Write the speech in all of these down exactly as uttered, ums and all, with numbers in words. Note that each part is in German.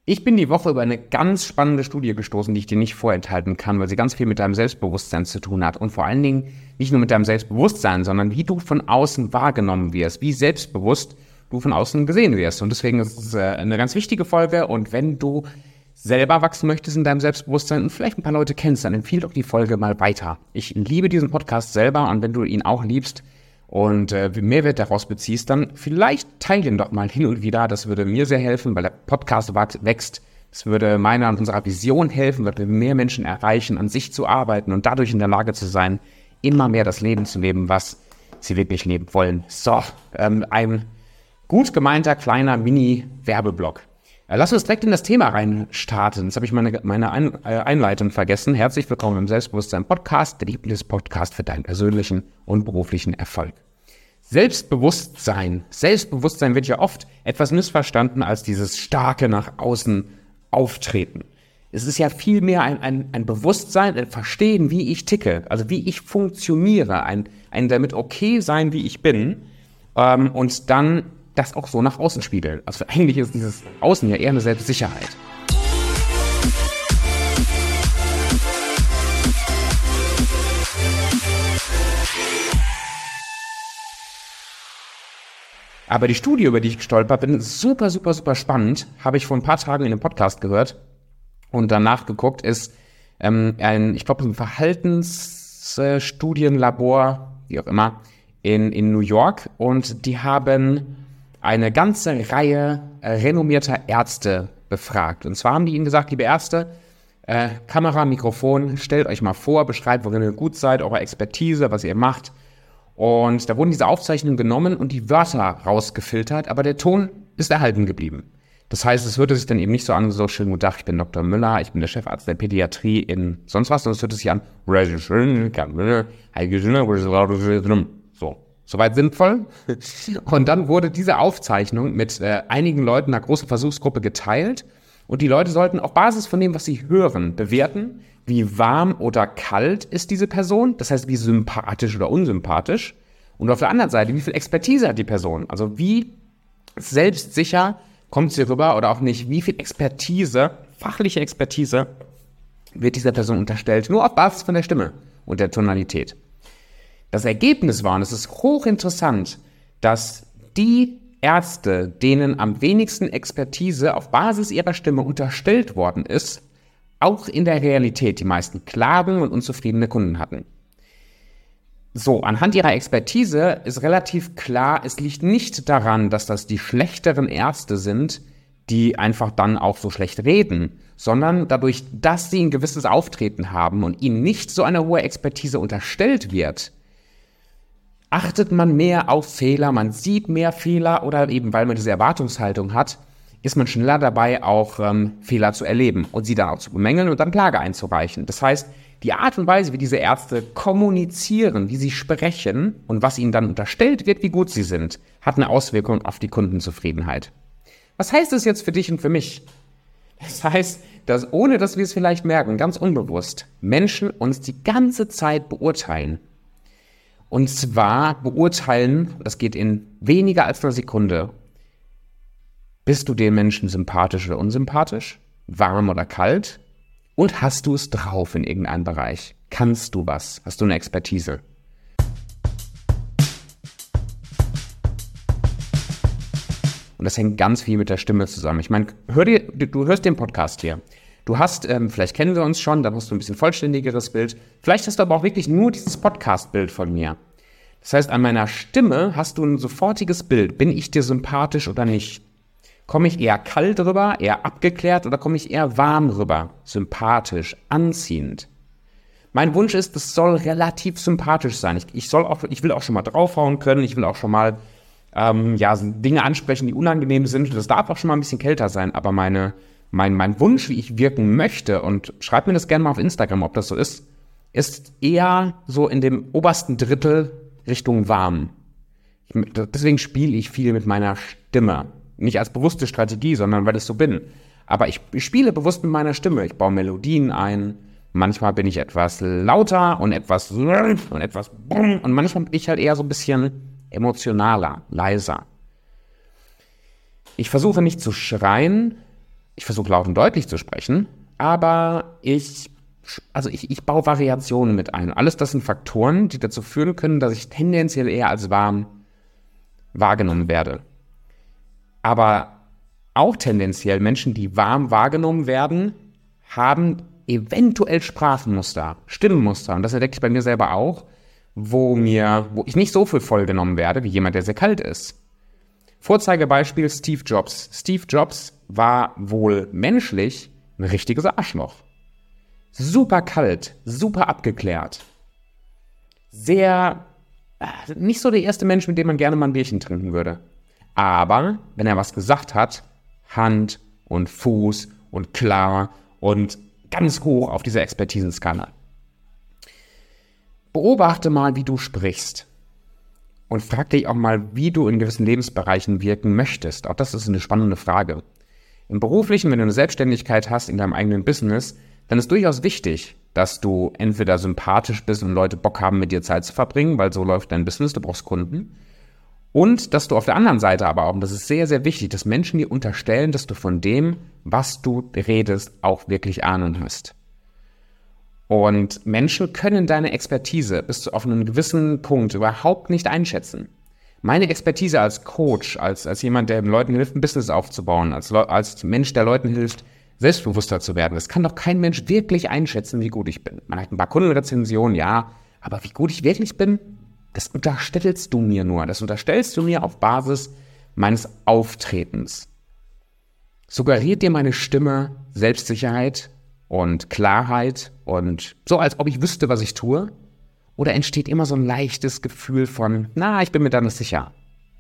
Ich bin die Woche über eine ganz spannende Studie gestoßen, die ich dir nicht vorenthalten kann, weil sie ganz viel mit deinem Selbstbewusstsein zu tun hat. Und vor allen Dingen nicht nur mit deinem Selbstbewusstsein, sondern wie du von außen wahrgenommen wirst, wie selbstbewusst du von außen gesehen wirst. Und deswegen ist es eine ganz wichtige Folge. Und wenn du selber wachsen möchtest in deinem Selbstbewusstsein und vielleicht ein paar Leute kennst, dann empfehle doch die Folge mal weiter. Ich liebe diesen Podcast selber und wenn du ihn auch liebst und äh, Mehrwert daraus beziehst, dann vielleicht teile ihn doch mal hin und wieder. Das würde mir sehr helfen, weil der Podcast wächst. Das würde meiner und unserer Vision helfen, weil wir mehr Menschen erreichen, an sich zu arbeiten und dadurch in der Lage zu sein, immer mehr das Leben zu leben, was sie wirklich leben wollen. So, ähm, ein gut gemeinter kleiner Mini-Werbeblock. Lass uns direkt in das Thema reinstarten. Jetzt habe ich meine, meine Ein- äh, Einleitung vergessen. Herzlich willkommen im Selbstbewusstsein-Podcast, der Lieblingspodcast für deinen persönlichen und beruflichen Erfolg. Selbstbewusstsein. Selbstbewusstsein wird ja oft etwas missverstanden als dieses starke nach außen Auftreten. Es ist ja vielmehr ein, ein, ein Bewusstsein, ein Verstehen, wie ich ticke, also wie ich funktioniere, ein, ein damit okay sein, wie ich bin, ähm, und dann das auch so nach außen spiegeln. Also eigentlich ist dieses Außen ja eher eine Selbstsicherheit. Aber die Studie, über die ich gestolpert bin, ist super, super, super spannend. Habe ich vor ein paar Tagen in einem Podcast gehört und danach geguckt, ist ähm, ein, ich glaube, ein Verhaltensstudienlabor, wie auch immer, in, in New York. Und die haben eine ganze Reihe äh, renommierter Ärzte befragt. Und zwar haben die ihnen gesagt, liebe Ärzte, äh, Kamera, Mikrofon, stellt euch mal vor, beschreibt, worin ihr gut seid, eure Expertise, was ihr macht. Und da wurden diese Aufzeichnungen genommen und die Wörter rausgefiltert, aber der Ton ist erhalten geblieben. Das heißt, es hörte sich dann eben nicht so an, so schönen guten Tag, ich bin Doktor Müller, ich bin der Chefarzt der Pädiatrie in sonst was, sondern es hörte sich an, so. Soweit sinnvoll. Und dann wurde diese Aufzeichnung mit äh, einigen Leuten einer großen Versuchsgruppe geteilt. Und die Leute sollten auf Basis von dem, was sie hören, bewerten, wie warm oder kalt ist diese Person. Das heißt, wie sympathisch oder unsympathisch. Und auf der anderen Seite, wie viel Expertise hat die Person? Also wie selbstsicher kommt sie rüber oder auch nicht? Wie viel Expertise, fachliche Expertise wird dieser Person unterstellt? Nur auf Basis von der Stimme und der Tonalität. Das Ergebnis war, und es ist hochinteressant, dass die Ärzte, denen am wenigsten Expertise auf Basis ihrer Stimme unterstellt worden ist, auch in der Realität die meisten Klagen und unzufriedene Kunden hatten. So, anhand ihrer Expertise ist relativ klar, es liegt nicht daran, dass das die schlechteren Ärzte sind, die einfach dann auch so schlecht reden, sondern dadurch, dass sie ein gewisses Auftreten haben und ihnen nicht so eine hohe Expertise unterstellt wird, achtet man mehr auf Fehler, man sieht mehr Fehler oder eben, weil man diese Erwartungshaltung hat, ist man schneller dabei, auch ähm, Fehler zu erleben und sie dann auch zu bemängeln und dann Klage einzureichen. Das heißt, die Art und Weise, wie diese Ärzte kommunizieren, wie sie sprechen und was ihnen dann unterstellt wird, wie gut sie sind, hat eine Auswirkung auf die Kundenzufriedenheit. Was heißt das jetzt für dich und für mich? Das heißt, dass ohne dass wir es vielleicht merken, ganz unbewusst, Menschen uns die ganze Zeit beurteilen. Und zwar beurteilen, das geht in weniger als einer Sekunde, bist du den Menschen sympathisch oder unsympathisch, warm oder kalt und hast du es drauf in irgendeinem Bereich? Kannst du was? Hast du eine Expertise? Und das hängt ganz viel mit der Stimme zusammen. Ich meine, hör dir, du hörst den Podcast hier. Du hast, ähm, vielleicht kennen wir uns schon, da hast du ein bisschen vollständigeres Bild. Vielleicht hast du aber auch wirklich nur dieses Podcast-Bild von mir. Das heißt, an meiner Stimme hast du ein sofortiges Bild. Bin ich dir sympathisch oder nicht? Komme ich eher kalt rüber, eher abgeklärt oder komme ich eher warm rüber? Sympathisch, anziehend. Mein Wunsch ist, es soll relativ sympathisch sein. Ich, ich, soll auch, ich will auch schon mal draufhauen können. Ich will auch schon mal ähm, ja, Dinge ansprechen, die unangenehm sind. Das darf auch schon mal ein bisschen kälter sein, aber meine... Mein, mein Wunsch, wie ich wirken möchte, und schreib mir das gerne mal auf Instagram, ob das so ist, ist eher so in dem obersten Drittel Richtung warm. Ich, deswegen spiele ich viel mit meiner Stimme. Nicht als bewusste Strategie, sondern weil ich so bin. Aber ich, ich spiele bewusst mit meiner Stimme. Ich baue Melodien ein. Manchmal bin ich etwas lauter und etwas und etwas und manchmal bin ich halt eher so ein bisschen emotionaler, leiser. Ich versuche nicht zu schreien, Ich versuche laut und deutlich zu sprechen, aber ich, also ich, ich baue Variationen mit ein. Alles das sind Faktoren, die dazu führen können, dass ich tendenziell eher als warm wahrgenommen werde. Aber auch tendenziell Menschen, die warm wahrgenommen werden, haben eventuell Sprachenmuster, Stimmenmuster. Und das entdecke ich bei mir selber auch, wo mir, wo ich nicht so viel vollgenommen werde, wie jemand, der sehr kalt ist. Vorzeigebeispiel Steve Jobs. Steve Jobs war wohl menschlich ein richtiges Arschloch. Super kalt, super abgeklärt. Sehr, nicht so der erste Mensch, mit dem man gerne mal ein Bierchen trinken würde. Aber, wenn er was gesagt hat, Hand und Fuß und klar und ganz hoch auf dieser Expertisenskala. Beobachte mal, wie du sprichst. Und frag dich auch mal, wie du in gewissen Lebensbereichen wirken möchtest. Auch das ist eine spannende Frage. Im Beruflichen, wenn du eine Selbstständigkeit hast in deinem eigenen Business, dann ist durchaus wichtig, dass du entweder sympathisch bist und Leute Bock haben, mit dir Zeit zu verbringen, weil so läuft dein Business, du brauchst Kunden. Und dass du auf der anderen Seite aber auch, und das ist sehr, sehr wichtig, dass Menschen dir unterstellen, dass du von dem, was du redest, auch wirklich Ahnung hast. Und Menschen können deine Expertise bis zu auf einen gewissen Punkt überhaupt nicht einschätzen. Meine Expertise als Coach, als, als jemand, der den Leuten hilft, ein Business aufzubauen, als, als Mensch, der Leuten hilft, selbstbewusster zu werden, das kann doch kein Mensch wirklich einschätzen, wie gut ich bin. Man hat ein paar Kundenrezensionen, ja, aber wie gut ich wirklich bin, das unterstellst du mir nur. Das unterstellst du mir auf Basis meines Auftretens. Suggeriert dir meine Stimme Selbstsicherheit und Klarheit und so, als ob ich wüsste, was ich tue? Oder entsteht immer so ein leichtes Gefühl von, na, ich bin mir da nicht sicher?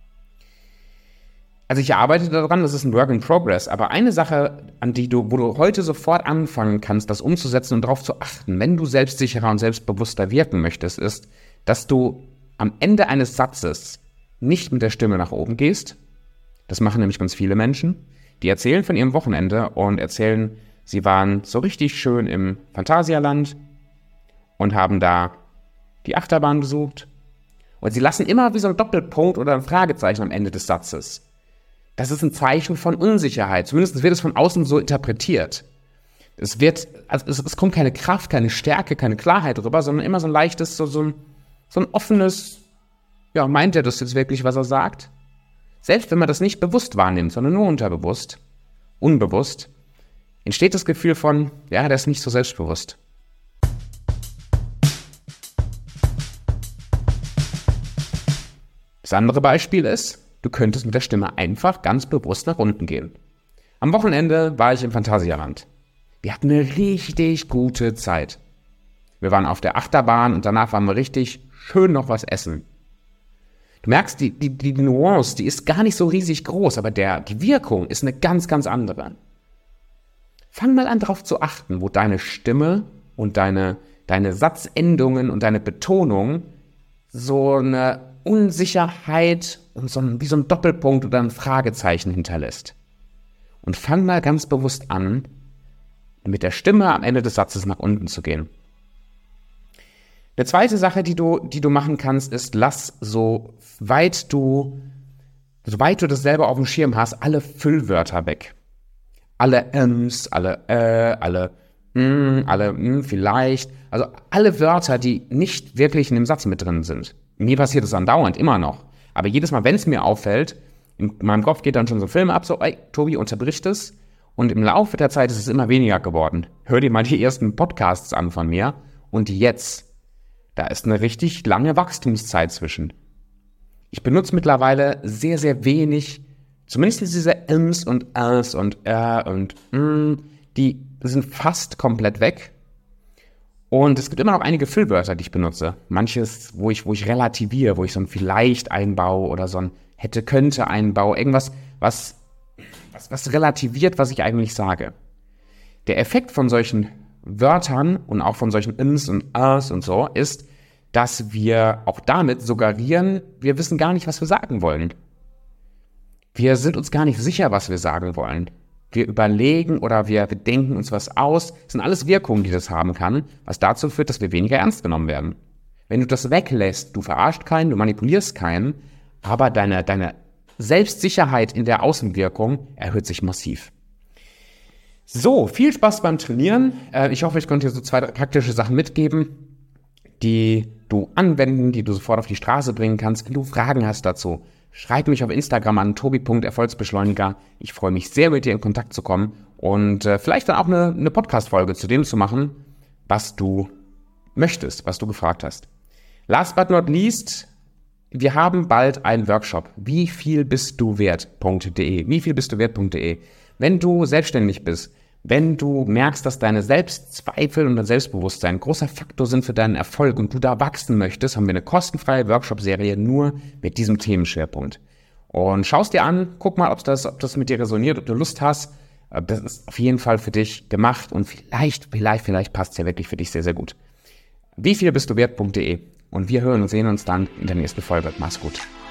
Also ich arbeite daran, das ist ein Work in Progress, aber eine Sache, an die du, wo du heute sofort anfangen kannst, das umzusetzen und darauf zu achten, wenn du selbstsicherer und selbstbewusster wirken möchtest, ist, dass du am Ende eines Satzes nicht mit der Stimme nach oben gehst. Das machen nämlich ganz viele Menschen. Die erzählen von ihrem Wochenende und erzählen, sie waren so richtig schön im Phantasialand und haben da die Achterbahn besucht. Und sie lassen immer wie so ein Doppelpunkt oder ein Fragezeichen am Ende des Satzes. Das ist ein Zeichen von Unsicherheit. Zumindest wird es von außen so interpretiert. Es wird, also es, es kommt keine Kraft, keine Stärke, keine Klarheit drüber, sondern immer so ein leichtes, so, so, ein, so ein offenes, ja, meint er das jetzt wirklich, was er sagt? Selbst wenn man das nicht bewusst wahrnimmt, sondern nur unterbewusst, unbewusst, entsteht das Gefühl von, ja, der ist nicht so selbstbewusst. Das andere Beispiel ist, du könntest mit der Stimme einfach ganz bewusst nach unten gehen. Am Wochenende war ich im Phantasialand. Wir hatten eine richtig gute Zeit. Wir waren auf der Achterbahn und danach waren wir richtig schön noch was essen. Du merkst, die, die, die Nuance, die ist gar nicht so riesig groß, aber der, die Wirkung ist eine ganz, ganz andere. Fang mal an, darauf zu achten, wo deine Stimme und deine, deine Satzendungen und deine Betonung so eine Unsicherheit und so ein, wie so ein Doppelpunkt oder ein Fragezeichen hinterlässt. Und fang mal ganz bewusst an, mit der Stimme am Ende des Satzes nach unten zu gehen. Eine zweite Sache, die du, die du machen kannst, ist, lass so weit du, so weit du das selber auf dem Schirm hast, alle Füllwörter weg. Alle Äms, alle äh, alle mm, alle mm, vielleicht. Also alle Wörter, die nicht wirklich in dem Satz mit drin sind. Mir passiert das andauernd, immer noch. Aber jedes Mal, wenn es mir auffällt, in meinem Kopf geht dann schon so ein Film ab, so, ey, Tobi, unterbrich das. Und im Laufe der Zeit ist es immer weniger geworden. Hör dir mal die ersten Podcasts an von mir. Und jetzt, da ist eine richtig lange Wachstumszeit zwischen. Ich benutze mittlerweile sehr, sehr wenig, zumindest diese Ms und Ls und R und M, die sind fast komplett weg. Und es gibt immer noch einige Füllwörter, die ich benutze. Manches, wo ich, wo ich relativiere, wo ich so ein vielleicht einbaue oder so ein hätte, könnte einbaue. Irgendwas, was, was, was relativiert, was ich eigentlich sage. Der Effekt von solchen Wörtern und auch von solchen Ins und As und so ist, dass wir auch damit suggerieren, wir wissen gar nicht, was wir sagen wollen. Wir sind uns gar nicht sicher, was wir sagen wollen. Wir überlegen oder wir, wir denken uns was aus. Das sind alles Wirkungen, die das haben kann, was dazu führt, dass wir weniger ernst genommen werden. Wenn du das weglässt, du verarscht keinen, du manipulierst keinen, aber deine, deine Selbstsicherheit in der Außenwirkung erhöht sich massiv. So, viel Spaß beim Trainieren. Äh, ich hoffe, ich konnte dir so zwei, drei praktische Sachen mitgeben, die du anwenden, die du sofort auf die Straße bringen kannst. Wenn du Fragen hast dazu, schreib mich auf Instagram an tobi punkt erfolgsbeschleuniger. Ich freue mich sehr, mit dir in Kontakt zu kommen und äh, vielleicht dann auch eine, eine Podcast-Folge zu dem zu machen, was du möchtest, was du gefragt hast. Last but not least, wir haben bald einen Workshop. Wie viel bist du wert.de? Wie viel bist du wert.de? Wenn du selbstständig bist, wenn du merkst, dass deine Selbstzweifel und dein Selbstbewusstsein ein großer Faktor sind für deinen Erfolg und du da wachsen möchtest, haben wir eine kostenfreie Workshop-Serie nur mit diesem Themenschwerpunkt. Und schaust dir an, guck mal, ob das, ob das mit dir resoniert, ob du Lust hast. Das ist auf jeden Fall für dich gemacht und vielleicht, vielleicht, vielleicht passt es ja wirklich für dich sehr, sehr gut. Wie viel bist du wert.de? Und wir hören und sehen uns dann in der nächsten Folge. Mach's gut.